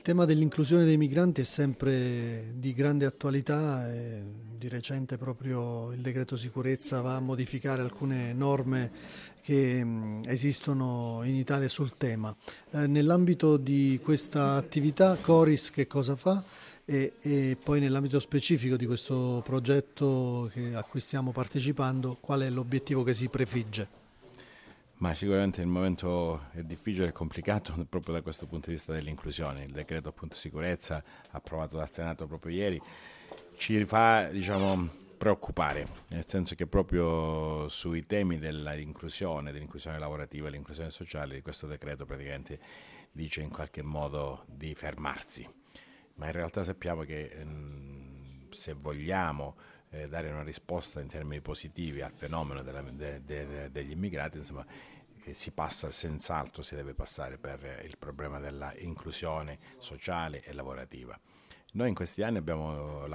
tema dell'inclusione dei migranti è sempre di grande attualità e di recente proprio il decreto sicurezza va a modificare alcune norme che esistono in Italia sul tema. Nell'ambito di questa attività Coris che cosa fa? E poi nell'ambito specifico di questo progetto a cui stiamo partecipando, qual è l'obiettivo che si prefigge? Ma sicuramente il momento è difficile e complicato proprio da questo punto di vista dell'inclusione. Il decreto appunto sicurezza approvato dal Senato proprio ieri ci fa, diciamo, preoccupare, nel senso che proprio sui temi dell'inclusione lavorativa, dell'inclusione sociale, questo decreto praticamente dice in qualche modo di fermarsi. Ma in realtà sappiamo che se vogliamo dare una risposta in termini positivi al fenomeno degli immigrati, insomma, si passa senz'altro, si deve passare per il problema della inclusione sociale e lavorativa. Noi in questi anni abbiamo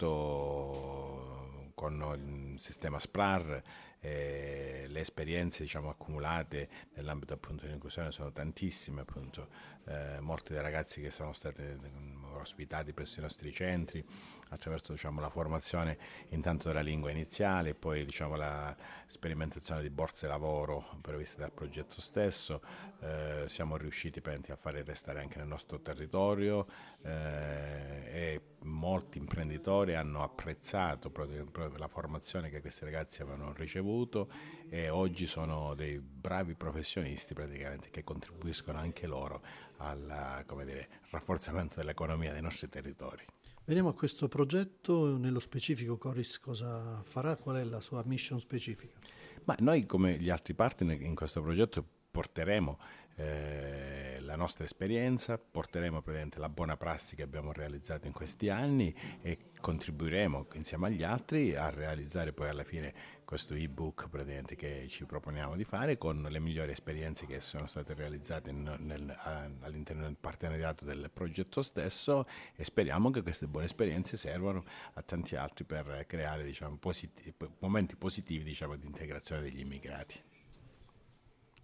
lavorato con il sistema SPRAR, le esperienze diciamo, accumulate nell'ambito appunto dell'inclusione sono tantissime, appunto, molti dei ragazzi che sono stati ospitati presso i nostri centri attraverso diciamo, la formazione intanto della lingua iniziale e poi diciamo, la sperimentazione di borse lavoro previste dal progetto stesso, siamo riusciti a fare restare anche nel nostro territorio e molti imprenditori hanno apprezzato proprio la formazione che questi ragazzi avevano ricevuto e oggi sono dei bravi professionisti praticamente che contribuiscono anche loro al rafforzamento dell'economia dei nostri territori. Veniamo a questo progetto, nello specifico Coris cosa farà, qual è la sua mission specifica? Ma noi come gli altri partner in questo progetto porteremo la nostra esperienza, porteremo praticamente la buona prassi che abbiamo realizzato in questi anni e contribuiremo insieme agli altri a realizzare poi alla fine questo ebook praticamente che ci proponiamo di fare con le migliori esperienze che sono state realizzate all'interno del partenariato del progetto stesso e speriamo che queste buone esperienze servano a tanti altri per creare diciamo, momenti positivi diciamo, di integrazione degli immigrati.